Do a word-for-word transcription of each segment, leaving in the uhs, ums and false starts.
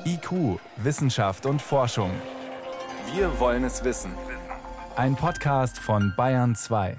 I Q, Wissenschaft und Forschung. Wir wollen es wissen. Ein Podcast von Bayern zwei.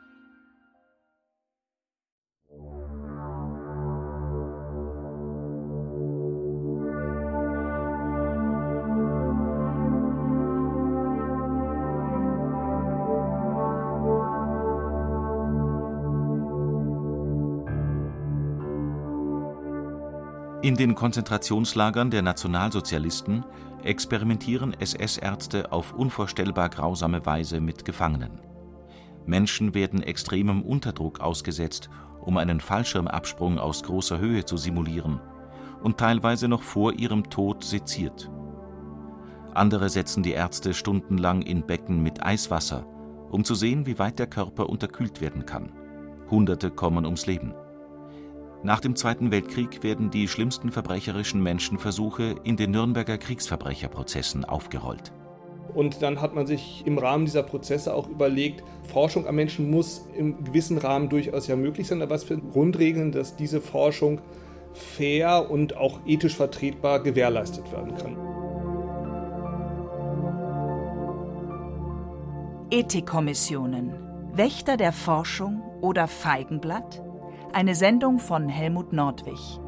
In den Konzentrationslagern der Nationalsozialisten experimentieren S S-Ärzte auf unvorstellbar grausame Weise mit Gefangenen. Menschen werden extremem Unterdruck ausgesetzt, um einen Fallschirmabsprung aus großer Höhe zu simulieren, und teilweise noch vor ihrem Tod seziert. Andere setzen die Ärzte stundenlang in Becken mit Eiswasser, um zu sehen, wie weit der Körper unterkühlt werden kann. Hunderte kommen ums Leben. Nach dem Zweiten Weltkrieg werden die schlimmsten verbrecherischen Menschenversuche in den Nürnberger Kriegsverbrecherprozessen aufgerollt. Und dann hat man sich im Rahmen dieser Prozesse auch überlegt, Forschung am Menschen muss im gewissen Rahmen durchaus ja möglich sein, aber was für Grundregeln, dass diese Forschung fair und auch ethisch vertretbar gewährleistet werden kann. Ethikkommissionen. Wächter der Forschung oder Feigenblatt? Eine Sendung von Helmut Nordwig.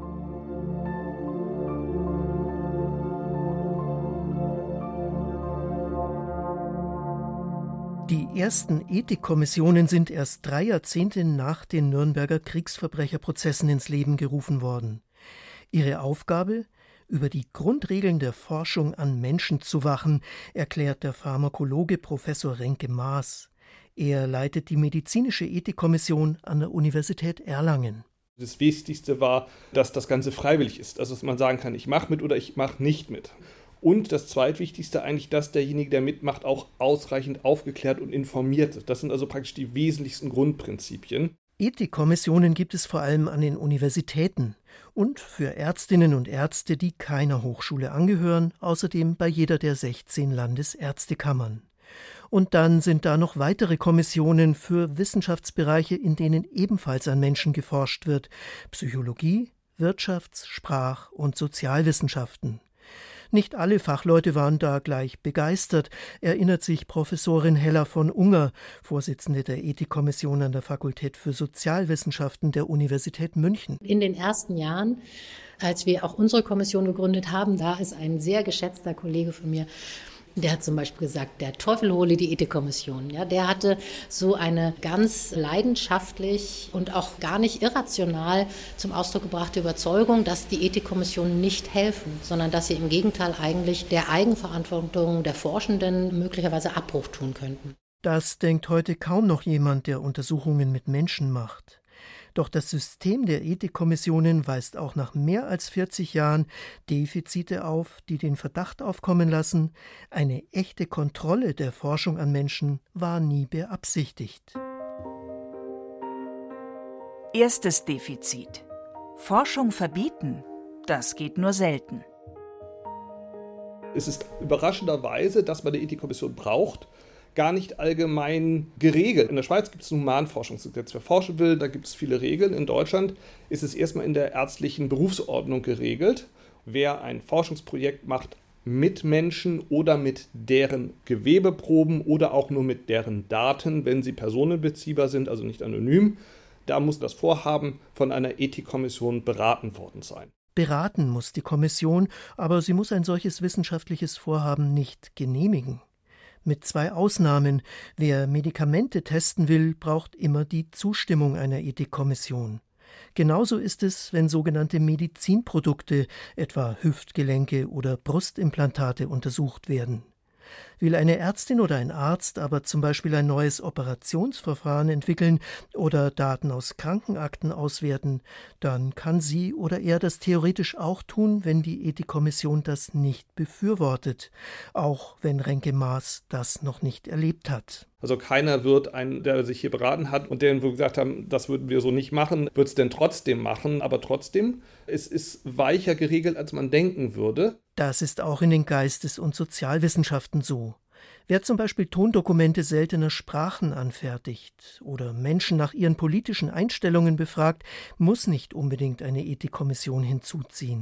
Die ersten Ethikkommissionen sind erst drei Jahrzehnte nach den Nürnberger Kriegsverbrecherprozessen ins Leben gerufen worden. Ihre Aufgabe? Über die Grundregeln der Forschung an Menschen zu wachen, erklärt der Pharmakologe Professor Renke Maaß. Er leitet die medizinische Ethikkommission an der Universität Erlangen. Das Wichtigste war, dass das Ganze freiwillig ist, also dass man sagen kann, ich mache mit oder ich mache nicht mit. Und das Zweitwichtigste eigentlich, dass derjenige, der mitmacht, auch ausreichend aufgeklärt und informiert ist. Das sind also praktisch die wesentlichsten Grundprinzipien. Ethikkommissionen gibt es vor allem an den Universitäten und für Ärztinnen und Ärzte, die keiner Hochschule angehören, außerdem bei jeder der sechzehn Landesärztekammern. Und dann sind da noch weitere Kommissionen für Wissenschaftsbereiche, in denen ebenfalls an Menschen geforscht wird: Psychologie, Wirtschafts-, Sprach- und Sozialwissenschaften. Nicht alle Fachleute waren da gleich begeistert, erinnert sich Professorin Hella von Unger, Vorsitzende der Ethikkommission an der Fakultät für Sozialwissenschaften der Universität München. In den ersten Jahren, als wir auch unsere Kommission gegründet haben, da ist ein sehr geschätzter Kollege von mir, der hat zum Beispiel gesagt, der Teufel hole die Ethikkommission. Ja, der hatte so eine ganz leidenschaftlich und auch gar nicht irrational zum Ausdruck gebrachte Überzeugung, dass die Ethikkommissionen nicht helfen, sondern dass sie im Gegenteil eigentlich der Eigenverantwortung der Forschenden möglicherweise Abbruch tun könnten. Das denkt heute kaum noch jemand, der Untersuchungen mit Menschen macht. Doch das System der Ethikkommissionen weist auch nach mehr als vierzig Jahren Defizite auf, die den Verdacht aufkommen lassen, eine echte Kontrolle der Forschung an Menschen war nie beabsichtigt. Erstes Defizit. Forschung verbieten, das geht nur selten. Es ist überraschenderweise, dass man eine Ethikkommission braucht, gar nicht allgemein geregelt. In der Schweiz gibt es ein Humanforschungsgesetz. Wer forschen will, da gibt es viele Regeln. In Deutschland ist es erstmal in der ärztlichen Berufsordnung geregelt. Wer ein Forschungsprojekt macht mit Menschen oder mit deren Gewebeproben oder auch nur mit deren Daten, wenn sie personenbeziehbar sind, also nicht anonym, da muss das Vorhaben von einer Ethikkommission beraten worden sein. Beraten muss die Kommission, aber sie muss ein solches wissenschaftliches Vorhaben nicht genehmigen. Mit zwei Ausnahmen: Wer Medikamente testen will, braucht immer die Zustimmung einer Ethikkommission. Genauso ist es, wenn sogenannte Medizinprodukte, etwa Hüftgelenke oder Brustimplantate, untersucht werden. Will eine Ärztin oder ein Arzt aber zum Beispiel ein neues Operationsverfahren entwickeln oder Daten aus Krankenakten auswerten, dann kann sie oder er das theoretisch auch tun, wenn die Ethikkommission das nicht befürwortet, auch wenn Renke Maaß das noch nicht erlebt hat. Also keiner wird, einen, der sich hier beraten hat und denen wir gesagt haben, das würden wir so nicht machen, wird es denn trotzdem machen. Aber trotzdem, es ist weicher geregelt, als man denken würde. Das ist auch in den Geistes- und Sozialwissenschaften so. Wer zum Beispiel Tondokumente seltener Sprachen anfertigt oder Menschen nach ihren politischen Einstellungen befragt, muss nicht unbedingt eine Ethikkommission hinzuziehen.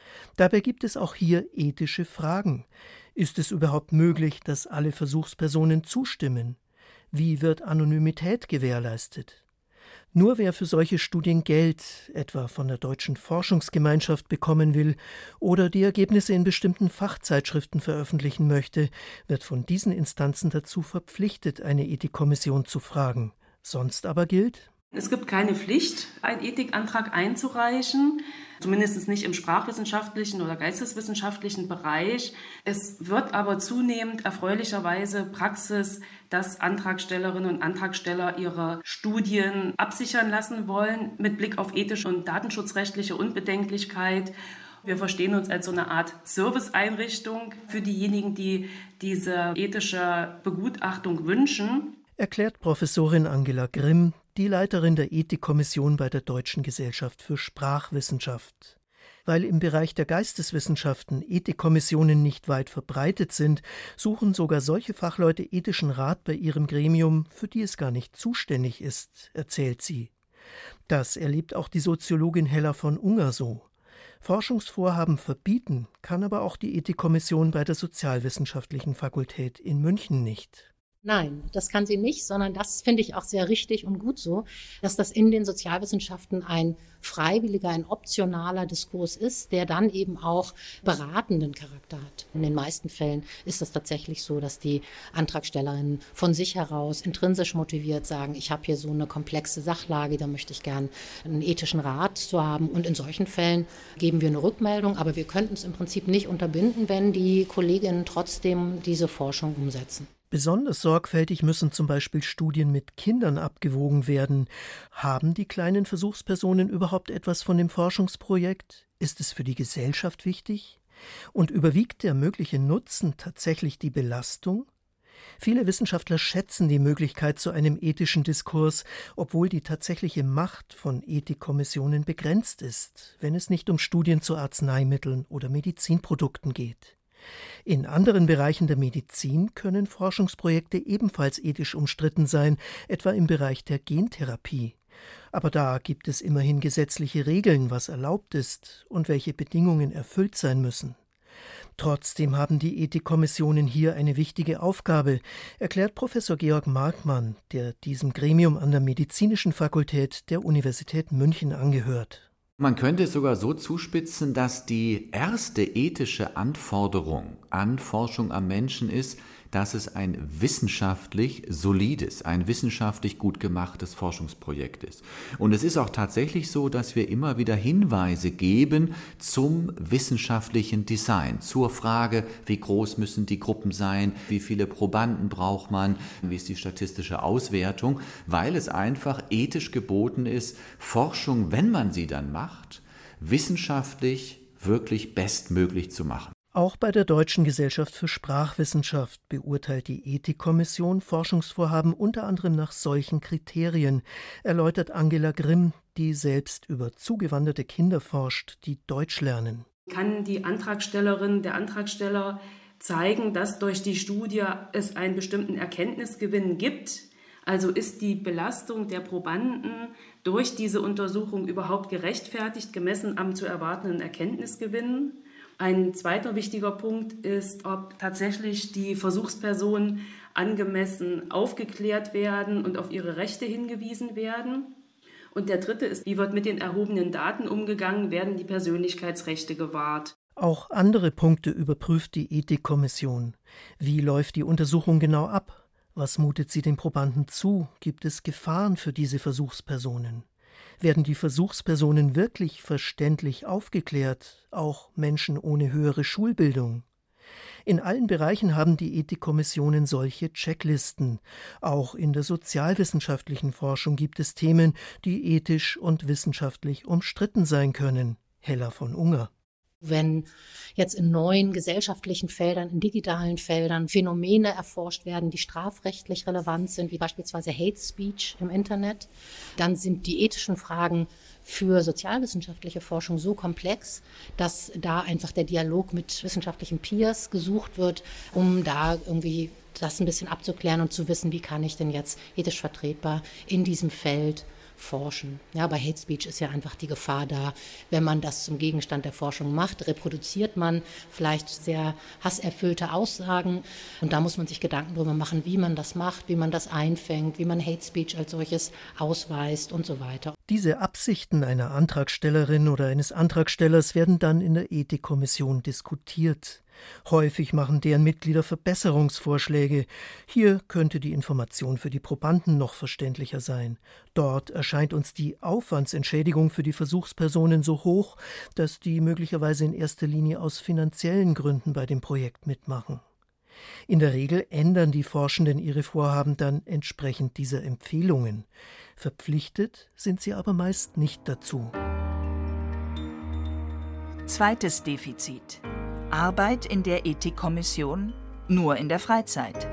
Dabei gibt es auch hier ethische Fragen. Ist es überhaupt möglich, dass alle Versuchspersonen zustimmen? Wie wird Anonymität gewährleistet? Nur wer für solche Studien Geld, etwa von der Deutschen Forschungsgemeinschaft, bekommen will oder die Ergebnisse in bestimmten Fachzeitschriften veröffentlichen möchte, wird von diesen Instanzen dazu verpflichtet, eine Ethikkommission zu fragen. Sonst aber gilt: Es gibt keine Pflicht, einen Ethikantrag einzureichen, zumindest nicht im sprachwissenschaftlichen oder geisteswissenschaftlichen Bereich. Es wird aber zunehmend erfreulicherweise Praxis, dass Antragstellerinnen und Antragsteller ihre Studien absichern lassen wollen mit Blick auf ethische und datenschutzrechtliche Unbedenklichkeit. Wir verstehen uns als so eine Art Serviceeinrichtung für diejenigen, die diese ethische Begutachtung wünschen. Erklärt Professorin Angela Grimm, die Leiterin der Ethikkommission bei der Deutschen Gesellschaft für Sprachwissenschaft. Weil im Bereich der Geisteswissenschaften Ethikkommissionen nicht weit verbreitet sind, suchen sogar solche Fachleute ethischen Rat bei ihrem Gremium, für die es gar nicht zuständig ist, erzählt sie. Das erlebt auch die Soziologin Hella von Unger so. Forschungsvorhaben verbieten kann aber auch die Ethikkommission bei der Sozialwissenschaftlichen Fakultät in München nicht. Nein, das kann sie nicht, sondern das finde ich auch sehr richtig und gut so, dass das in den Sozialwissenschaften ein freiwilliger, ein optionaler Diskurs ist, der dann eben auch beratenden Charakter hat. In den meisten Fällen ist es tatsächlich so, dass die Antragstellerinnen von sich heraus intrinsisch motiviert sagen, ich habe hier so eine komplexe Sachlage, da möchte ich gern einen ethischen Rat zu haben. Und in solchen Fällen geben wir eine Rückmeldung, aber wir könnten es im Prinzip nicht unterbinden, wenn die Kolleginnen trotzdem diese Forschung umsetzen. Besonders sorgfältig müssen zum Beispiel Studien mit Kindern abgewogen werden. Haben die kleinen Versuchspersonen überhaupt etwas von dem Forschungsprojekt? Ist es für die Gesellschaft wichtig? Und überwiegt der mögliche Nutzen tatsächlich die Belastung? Viele Wissenschaftler schätzen die Möglichkeit zu einem ethischen Diskurs, obwohl die tatsächliche Macht von Ethikkommissionen begrenzt ist, wenn es nicht um Studien zu Arzneimitteln oder Medizinprodukten geht. In anderen Bereichen der Medizin können Forschungsprojekte ebenfalls ethisch umstritten sein, etwa im Bereich der Gentherapie. Aber da gibt es immerhin gesetzliche Regeln, was erlaubt ist und welche Bedingungen erfüllt sein müssen. Trotzdem haben die Ethikkommissionen hier eine wichtige Aufgabe, erklärt Professor Georg Markmann, der diesem Gremium an der Medizinischen Fakultät der Universität München angehört. Man könnte es sogar so zuspitzen, dass die erste ethische Anforderung an Forschung am Menschen ist, dass es ein wissenschaftlich solides, ein wissenschaftlich gut gemachtes Forschungsprojekt ist. Und es ist auch tatsächlich so, dass wir immer wieder Hinweise geben zum wissenschaftlichen Design, zur Frage, wie groß müssen die Gruppen sein, wie viele Probanden braucht man, wie ist die statistische Auswertung, weil es einfach ethisch geboten ist, Forschung, wenn man sie dann macht, wissenschaftlich wirklich bestmöglich zu machen. Auch bei der Deutschen Gesellschaft für Sprachwissenschaft beurteilt die Ethikkommission Forschungsvorhaben unter anderem nach solchen Kriterien, erläutert Angela Grimm, die selbst über zugewanderte Kinder forscht, die Deutsch lernen. Kann die Antragstellerin, der Antragsteller zeigen, dass durch die Studie es einen bestimmten Erkenntnisgewinn gibt? Also ist die Belastung der Probanden durch diese Untersuchung überhaupt gerechtfertigt, gemessen am zu erwartenden Erkenntnisgewinn? Ein zweiter wichtiger Punkt ist, ob tatsächlich die Versuchspersonen angemessen aufgeklärt werden und auf ihre Rechte hingewiesen werden. Und der dritte ist, wie wird mit den erhobenen Daten umgegangen, werden die Persönlichkeitsrechte gewahrt. Auch andere Punkte überprüft die Ethikkommission. Wie läuft die Untersuchung genau ab? Was mutet sie den Probanden zu? Gibt es Gefahren für diese Versuchspersonen? Werden die Versuchspersonen wirklich verständlich aufgeklärt, auch Menschen ohne höhere Schulbildung? In allen Bereichen haben die Ethikkommissionen solche Checklisten. Auch in der sozialwissenschaftlichen Forschung gibt es Themen, die ethisch und wissenschaftlich umstritten sein können. Hella von Unger. Wenn jetzt in neuen gesellschaftlichen Feldern, in digitalen Feldern Phänomene erforscht werden, die strafrechtlich relevant sind, wie beispielsweise Hate Speech im Internet, dann sind die ethischen Fragen für sozialwissenschaftliche Forschung so komplex, dass da einfach der Dialog mit wissenschaftlichen Peers gesucht wird, um da irgendwie das ein bisschen abzuklären und zu wissen, wie kann ich denn jetzt ethisch vertretbar in diesem Feld forschen. Ja, bei Hate Speech ist ja einfach die Gefahr da, wenn man das zum Gegenstand der Forschung macht, reproduziert man vielleicht sehr hasserfüllte Aussagen. Und da muss man sich Gedanken darüber machen, wie man das macht, wie man das einfängt, wie man Hate Speech als solches ausweist und so weiter. Diese Absichten einer Antragstellerin oder eines Antragstellers werden dann in der Ethikkommission diskutiert. Häufig machen deren Mitglieder Verbesserungsvorschläge. Hier könnte die Information für die Probanden noch verständlicher sein. Dort erscheint uns die Aufwandsentschädigung für die Versuchspersonen so hoch, dass die möglicherweise in erster Linie aus finanziellen Gründen bei dem Projekt mitmachen. In der Regel ändern die Forschenden ihre Vorhaben dann entsprechend dieser Empfehlungen. Verpflichtet sind sie aber meist nicht dazu. Zweites Defizit: Arbeit in der Ethikkommission nur in der Freizeit.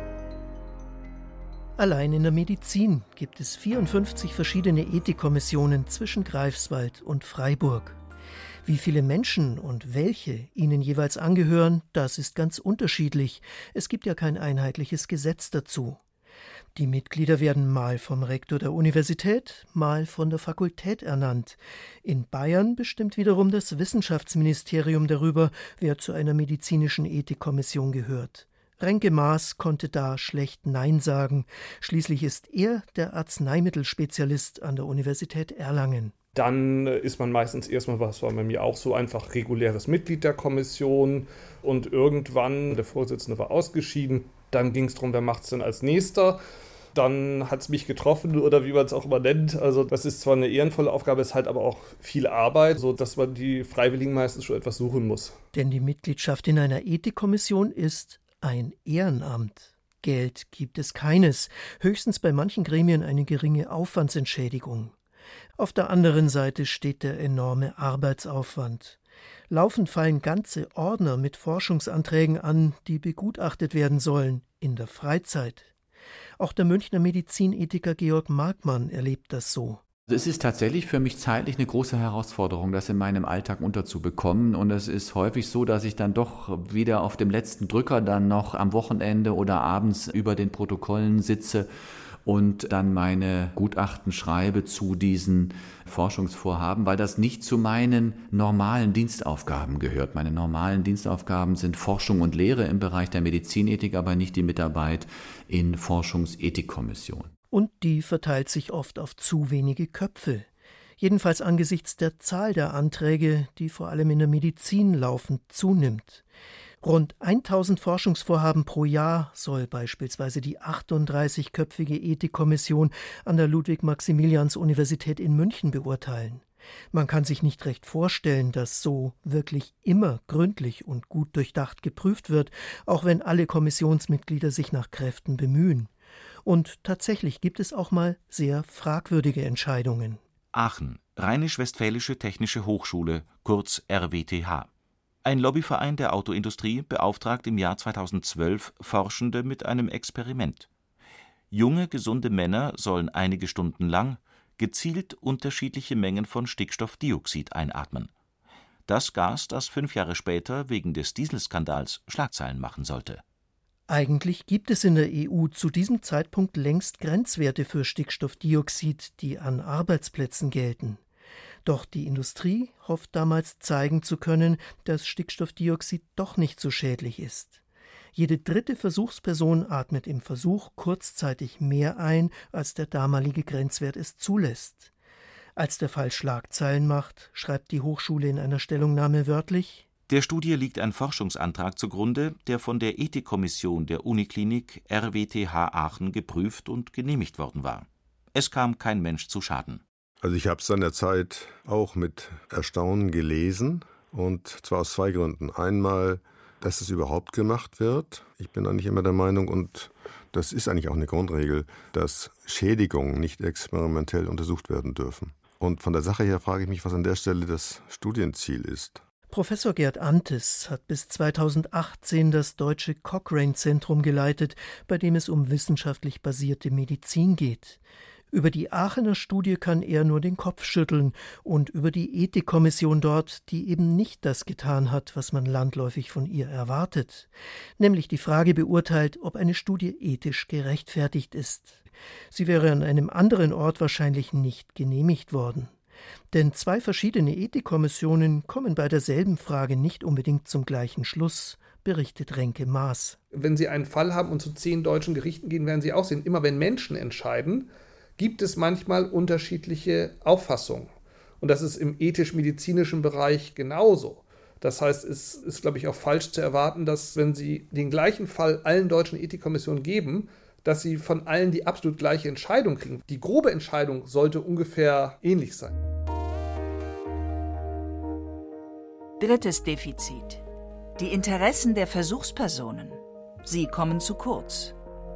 Allein in der Medizin gibt es vierundfünfzig verschiedene Ethikkommissionen zwischen Greifswald und Freiburg. Wie viele Menschen und welche ihnen jeweils angehören, das ist ganz unterschiedlich. Es gibt ja kein einheitliches Gesetz dazu. Die Mitglieder werden mal vom Rektor der Universität, mal von der Fakultät ernannt. In Bayern bestimmt wiederum das Wissenschaftsministerium darüber, wer zu einer medizinischen Ethikkommission gehört. Renke Maaß konnte da schlecht Nein sagen. Schließlich ist er der Arzneimittelspezialist an der Universität Erlangen. Dann ist man meistens erstmal, was war bei mir auch so, einfach reguläres Mitglied der Kommission. Und irgendwann, der Vorsitzende war ausgeschieden, dann ging es darum, wer macht es denn als Nächster. Dann hat es mich getroffen oder wie man es auch immer nennt. Also das ist zwar eine ehrenvolle Aufgabe, ist halt aber auch viel Arbeit, sodass man die Freiwilligen meistens schon etwas suchen muss. Denn die Mitgliedschaft in einer Ethikkommission ist ein Ehrenamt. Geld gibt es keines, höchstens bei manchen Gremien eine geringe Aufwandsentschädigung. Auf der anderen Seite steht der enorme Arbeitsaufwand. Laufend fallen ganze Ordner mit Forschungsanträgen an, die begutachtet werden sollen, in der Freizeit. Auch der Münchner Medizinethiker Georg Markmann erlebt das so. Es ist tatsächlich für mich zeitlich eine große Herausforderung, das in meinem Alltag unterzubekommen. Und es ist häufig so, dass ich dann doch wieder auf dem letzten Drücker dann noch am Wochenende oder abends über den Protokollen sitze und dann meine Gutachten schreibe zu diesen Forschungsvorhaben, weil das nicht zu meinen normalen Dienstaufgaben gehört. Meine normalen Dienstaufgaben sind Forschung und Lehre im Bereich der Medizinethik, aber nicht die Mitarbeit in Forschungsethikkommissionen. Und die verteilt sich oft auf zu wenige Köpfe. Jedenfalls angesichts der Zahl der Anträge, die vor allem in der Medizin laufend zunimmt. Rund tausend Forschungsvorhaben pro Jahr soll beispielsweise die achtunddreißigköpfige Ethikkommission an der Ludwig-Maximilians-Universität in München beurteilen. Man kann sich nicht recht vorstellen, dass so wirklich immer gründlich und gut durchdacht geprüft wird, auch wenn alle Kommissionsmitglieder sich nach Kräften bemühen. Und tatsächlich gibt es auch mal sehr fragwürdige Entscheidungen. Aachen, Rheinisch-Westfälische Technische Hochschule, kurz R W T H. Ein Lobbyverein der Autoindustrie beauftragt im Jahr zweitausendzwölf Forschende mit einem Experiment. Junge, gesunde Männer sollen einige Stunden lang gezielt unterschiedliche Mengen von Stickstoffdioxid einatmen. Das Gas, das fünf Jahre später wegen des Dieselskandals Schlagzeilen machen sollte. Eigentlich gibt es in der E U zu diesem Zeitpunkt längst Grenzwerte für Stickstoffdioxid, die an Arbeitsplätzen gelten. Doch die Industrie hofft damals zeigen zu können, dass Stickstoffdioxid doch nicht so schädlich ist. Jede dritte Versuchsperson atmet im Versuch kurzzeitig mehr ein, als der damalige Grenzwert es zulässt. Als der Fall Schlagzeilen macht, schreibt die Hochschule in einer Stellungnahme wörtlich: Der Studie liegt ein Forschungsantrag zugrunde, der von der Ethikkommission der Uniklinik R W T H Aachen geprüft und genehmigt worden war. Es kam kein Mensch zu Schaden. Also ich habe es seinerzeit auch mit Erstaunen gelesen, und zwar aus zwei Gründen. Einmal, dass es überhaupt gemacht wird. Ich bin eigentlich immer der Meinung, und das ist eigentlich auch eine Grundregel, dass Schädigungen nicht experimentell untersucht werden dürfen. Und von der Sache her frage ich mich, was an der Stelle das Studienziel ist. Professor Gerd Antes hat bis zweitausendachtzehn das deutsche Cochrane-Zentrum geleitet, bei dem es um wissenschaftlich basierte Medizin geht. Über die Aachener Studie kann er nur den Kopf schütteln und über die Ethikkommission dort, die eben nicht das getan hat, was man landläufig von ihr erwartet, nämlich die Frage beurteilt, ob eine Studie ethisch gerechtfertigt ist. Sie wäre an einem anderen Ort wahrscheinlich nicht genehmigt worden. Denn zwei verschiedene Ethikkommissionen kommen bei derselben Frage nicht unbedingt zum gleichen Schluss, berichtet Renke Maaß. Wenn Sie einen Fall haben und zu zehn deutschen Gerichten gehen, werden Sie auch sehen, immer wenn Menschen entscheiden, gibt es manchmal unterschiedliche Auffassungen. Und das ist im ethisch-medizinischen Bereich genauso. Das heißt, es ist, glaube ich, auch falsch zu erwarten, dass, wenn Sie den gleichen Fall allen deutschen Ethikkommissionen geben, dass Sie von allen die absolut gleiche Entscheidung kriegen. Die grobe Entscheidung sollte ungefähr ähnlich sein. Drittes Defizit. Die Interessen der Versuchspersonen. Sie kommen zu kurz.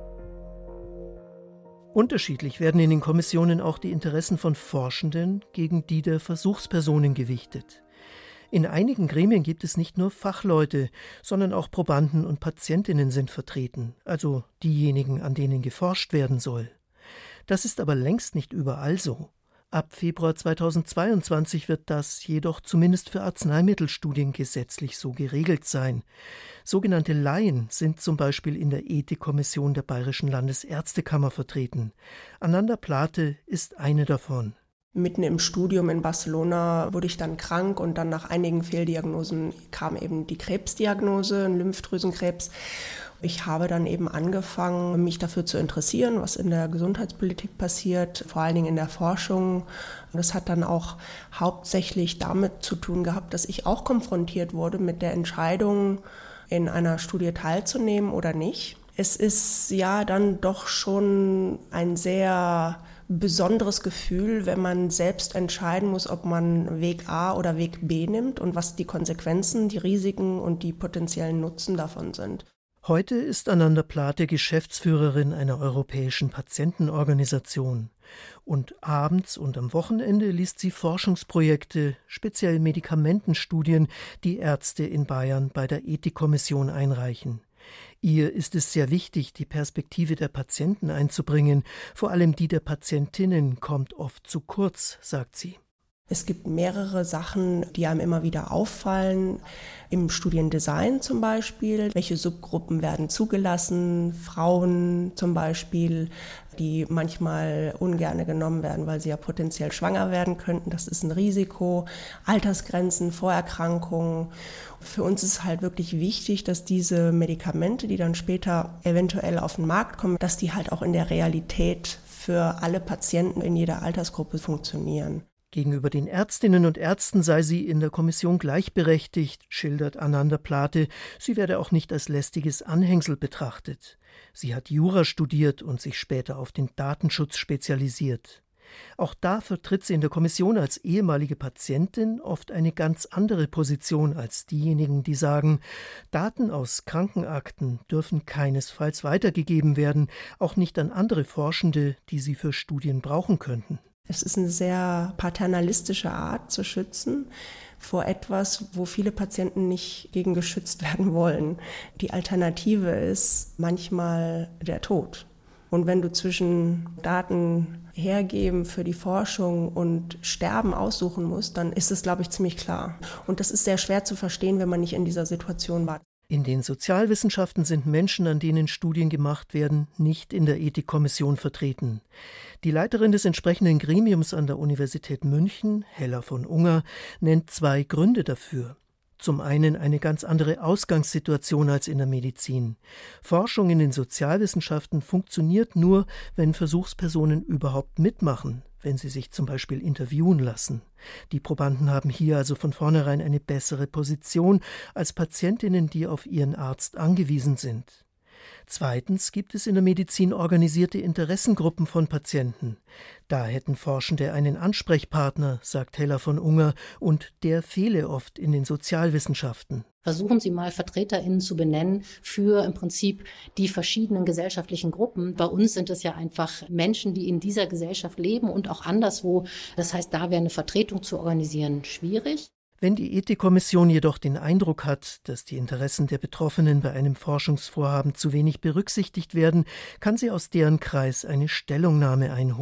Unterschiedlich werden in den Kommissionen auch die Interessen von Forschenden gegen die der Versuchspersonen gewichtet. In einigen Gremien gibt es nicht nur Fachleute, sondern auch Probanden und Patientinnen sind vertreten, also diejenigen, an denen geforscht werden soll. Das ist aber längst nicht überall so. Ab Februar zweitausendzweiundzwanzig wird das jedoch zumindest für Arzneimittelstudien gesetzlich so geregelt sein. Sogenannte Laien sind zum Beispiel in der Ethikkommission der Bayerischen Landesärztekammer vertreten. Ananda Plate ist eine davon. Mitten im Studium in Barcelona wurde ich dann krank und dann nach einigen Fehldiagnosen kam eben die Krebsdiagnose, ein Lymphdrüsenkrebs. Ich habe dann eben angefangen, mich dafür zu interessieren, was in der Gesundheitspolitik passiert, vor allen Dingen in der Forschung. Das hat dann auch hauptsächlich damit zu tun gehabt, dass ich auch konfrontiert wurde mit der Entscheidung, in einer Studie teilzunehmen oder nicht. Es ist ja dann doch schon ein sehr besonderes Gefühl, wenn man selbst entscheiden muss, ob man Weg A oder Weg B nimmt und was die Konsequenzen, die Risiken und die potenziellen Nutzen davon sind. Heute ist Ananda Plate Geschäftsführerin einer europäischen Patientenorganisation. Und abends und am Wochenende liest sie Forschungsprojekte, speziell Medikamentenstudien, die Ärzte in Bayern bei der Ethikkommission einreichen. Ihr ist es sehr wichtig, die Perspektive der Patienten einzubringen. Vor allem die der Patientinnen kommt oft zu kurz, sagt sie. Es gibt mehrere Sachen, die einem immer wieder auffallen. Im Studiendesign zum Beispiel. Welche Subgruppen werden zugelassen? Frauen zum Beispiel, die manchmal ungern genommen werden, weil sie ja potenziell schwanger werden könnten. Das ist ein Risiko. Altersgrenzen, Vorerkrankungen. Für uns ist halt wirklich wichtig, dass diese Medikamente, die dann später eventuell auf den Markt kommen, dass die halt auch in der Realität für alle Patienten in jeder Altersgruppe funktionieren. Gegenüber den Ärztinnen und Ärzten sei sie in der Kommission gleichberechtigt, schildert Ananda Plate. Sie werde auch nicht als lästiges Anhängsel betrachtet. Sie hat Jura studiert und sich später auf den Datenschutz spezialisiert. Auch da vertritt sie in der Kommission als ehemalige Patientin oft eine ganz andere Position als diejenigen, die sagen, Daten aus Krankenakten dürfen keinesfalls weitergegeben werden, auch nicht an andere Forschende, die sie für Studien brauchen könnten. Es ist eine sehr paternalistische Art zu schützen vor etwas, wo viele Patienten nicht gegen geschützt werden wollen. Die Alternative ist manchmal der Tod. Und wenn du zwischen Daten hergeben für die Forschung und Sterben aussuchen musst, dann ist es, glaube ich, ziemlich klar. Und das ist sehr schwer zu verstehen, wenn man nicht in dieser Situation war. In den Sozialwissenschaften sind Menschen, an denen Studien gemacht werden, nicht in der Ethikkommission vertreten. Die Leiterin des entsprechenden Gremiums an der Universität München, Hella von Unger, nennt zwei Gründe dafür. Zum einen eine ganz andere Ausgangssituation als in der Medizin. Forschung in den Sozialwissenschaften funktioniert nur, wenn Versuchspersonen überhaupt mitmachen, wenn sie sich zum Beispiel interviewen lassen. Die Probanden haben hier also von vornherein eine bessere Position als Patientinnen, die auf ihren Arzt angewiesen sind. Zweitens gibt es in der Medizin organisierte Interessengruppen von Patienten. Da hätten Forschende einen Ansprechpartner, sagt Hella von Unger, und der fehle oft in den Sozialwissenschaften. Versuchen Sie mal VertreterInnen zu benennen für im Prinzip die verschiedenen gesellschaftlichen Gruppen. Bei uns sind es ja einfach Menschen, die in dieser Gesellschaft leben und auch anderswo. Das heißt, da wäre eine Vertretung zu organisieren schwierig. Wenn die Ethikkommission jedoch den Eindruck hat, dass die Interessen der Betroffenen bei einem Forschungsvorhaben zu wenig berücksichtigt werden, kann sie aus deren Kreis eine Stellungnahme einholen.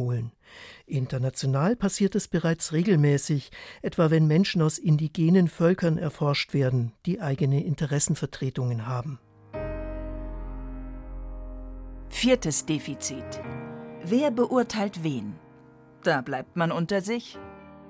International passiert es bereits regelmäßig, etwa wenn Menschen aus indigenen Völkern erforscht werden, die eigene Interessenvertretungen haben. Viertes Defizit. Wer beurteilt wen? Da bleibt man unter sich.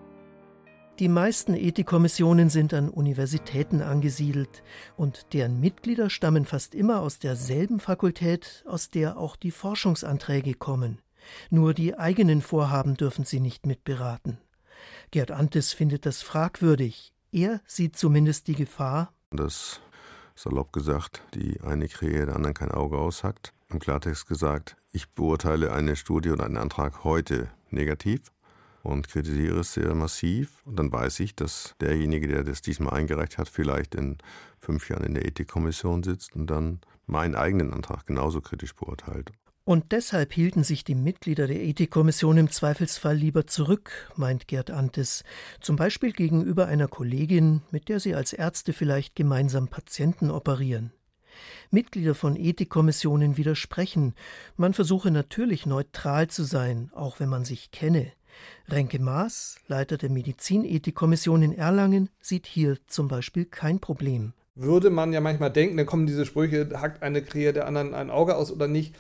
Die meisten Ethikkommissionen sind an Universitäten angesiedelt und deren Mitglieder stammen fast immer aus derselben Fakultät, aus der auch die Forschungsanträge kommen. Nur die eigenen Vorhaben dürfen sie nicht mitberaten. Gerd Antes findet das fragwürdig. Er sieht zumindest die Gefahr, dass, salopp gesagt, die eine Krähe der anderen kein Auge aushackt. Im Klartext gesagt, ich beurteile eine Studie oder einen Antrag heute negativ und kritisiere es sehr massiv. Und dann weiß ich, dass derjenige, der das diesmal eingereicht hat, vielleicht in fünf Jahren in der Ethikkommission sitzt und dann meinen eigenen Antrag genauso kritisch beurteilt. Und deshalb hielten sich die Mitglieder der Ethikkommission im Zweifelsfall lieber zurück, meint Gerd Antes, zum Beispiel gegenüber einer Kollegin, mit der sie als Ärzte vielleicht gemeinsam Patienten operieren. Mitglieder von Ethikkommissionen widersprechen, man versuche natürlich neutral zu sein, auch wenn man sich kenne. Renke Maas, Leiter der Medizinethikkommission in Erlangen, sieht hier zum Beispiel kein Problem. Würde man ja manchmal denken, dann kommen diese Sprüche, hackt eine Krähe der anderen ein Auge aus oder nicht.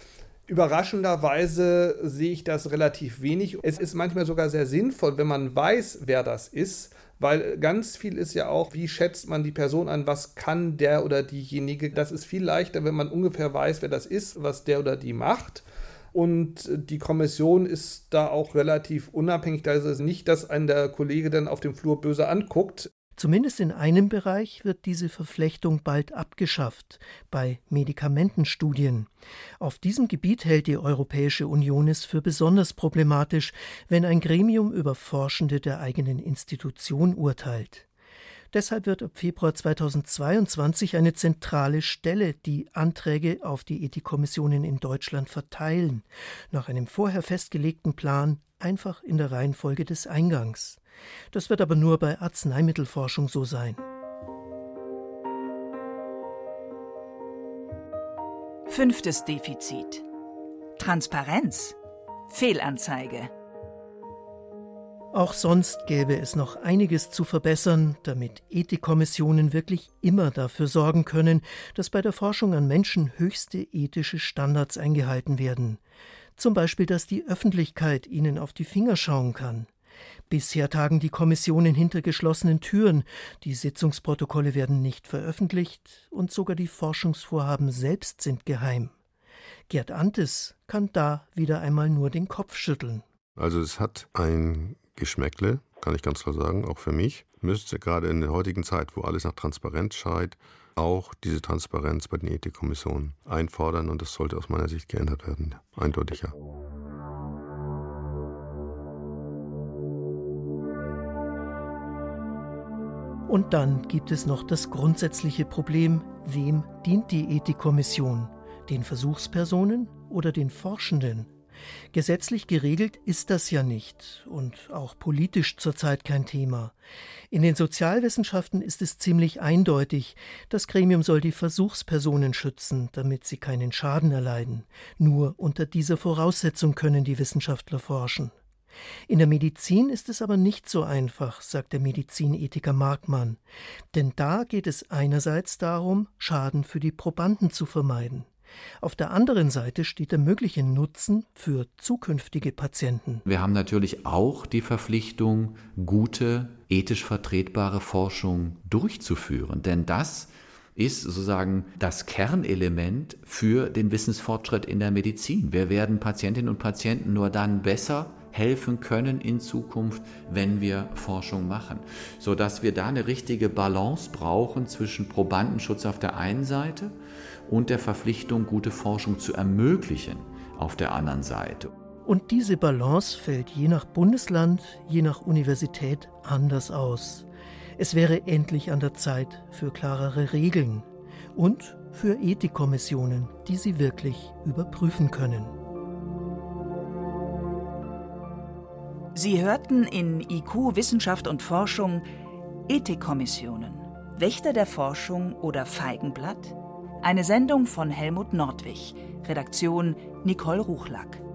Überraschenderweise sehe ich das relativ wenig. Es ist manchmal sogar sehr sinnvoll, wenn man weiß, wer das ist, weil ganz viel ist ja auch, wie schätzt man die Person an, was kann der oder diejenige. Das ist viel leichter, wenn man ungefähr weiß, wer das ist, was der oder die macht. Und die Kommission ist da auch relativ unabhängig. Da ist es nicht, dass ein der Kollege dann auf dem Flur böse anguckt. Zumindest in einem Bereich wird diese Verflechtung bald abgeschafft, bei Medikamentenstudien. Auf diesem Gebiet hält die Europäische Union es für besonders problematisch, wenn ein Gremium über Forschende der eigenen Institution urteilt. Deshalb wird ab Februar zweitausendzweiundzwanzig eine zentrale Stelle die Anträge auf die Ethikkommissionen in Deutschland verteilen, nach einem vorher festgelegten Plan, einfach in der Reihenfolge des Eingangs. Das wird aber nur bei Arzneimittelforschung so sein. Fünftes Defizit. Transparenz. Fehlanzeige. Auch sonst gäbe es noch einiges zu verbessern, damit Ethikkommissionen wirklich immer dafür sorgen können, dass bei der Forschung an Menschen höchste ethische Standards eingehalten werden. Zum Beispiel, dass die Öffentlichkeit ihnen auf die Finger schauen kann. Bisher tagen die Kommissionen hinter geschlossenen Türen, die Sitzungsprotokolle werden nicht veröffentlicht und sogar die Forschungsvorhaben selbst sind geheim. Gerd Antes kann da wieder einmal nur den Kopf schütteln. Also es hat ein Geschmäckle, kann ich ganz klar sagen, auch für mich. Müsste gerade in der heutigen Zeit, wo alles nach Transparenz schreit, auch diese Transparenz bei den Ethikkommissionen einfordern und das sollte aus meiner Sicht geändert werden. Eindeutig ja. Und dann gibt es noch das grundsätzliche Problem, wem dient die Ethikkommission? Den Versuchspersonen oder den Forschenden? Gesetzlich geregelt ist das ja nicht und auch politisch zurzeit kein Thema. In den Sozialwissenschaften ist es ziemlich eindeutig, das Gremium soll die Versuchspersonen schützen, damit sie keinen Schaden erleiden. Nur unter dieser Voraussetzung können die Wissenschaftler forschen. In der Medizin ist es aber nicht so einfach, sagt der Medizinethiker Markmann. Denn da geht es einerseits darum, Schaden für die Probanden zu vermeiden. Auf der anderen Seite steht der mögliche Nutzen für zukünftige Patienten. Wir haben natürlich auch die Verpflichtung, gute, ethisch vertretbare Forschung durchzuführen. Denn das ist sozusagen das Kernelement für den Wissensfortschritt in der Medizin. Wir werden Patientinnen und Patienten nur dann besser helfen können in Zukunft, wenn wir Forschung machen, sodass wir da eine richtige Balance brauchen zwischen Probandenschutz auf der einen Seite und der Verpflichtung, gute Forschung zu ermöglichen auf der anderen Seite. Und diese Balance fällt je nach Bundesland, je nach Universität anders aus. Es wäre endlich an der Zeit für klarere Regeln und für Ethikkommissionen, die sie wirklich überprüfen können. Sie hörten in I Q Wissenschaft und Forschung Ethikkommissionen, Wächter der Forschung oder Feigenblatt? Eine Sendung von Helmut Nordwig, Redaktion Nicole Ruchlack.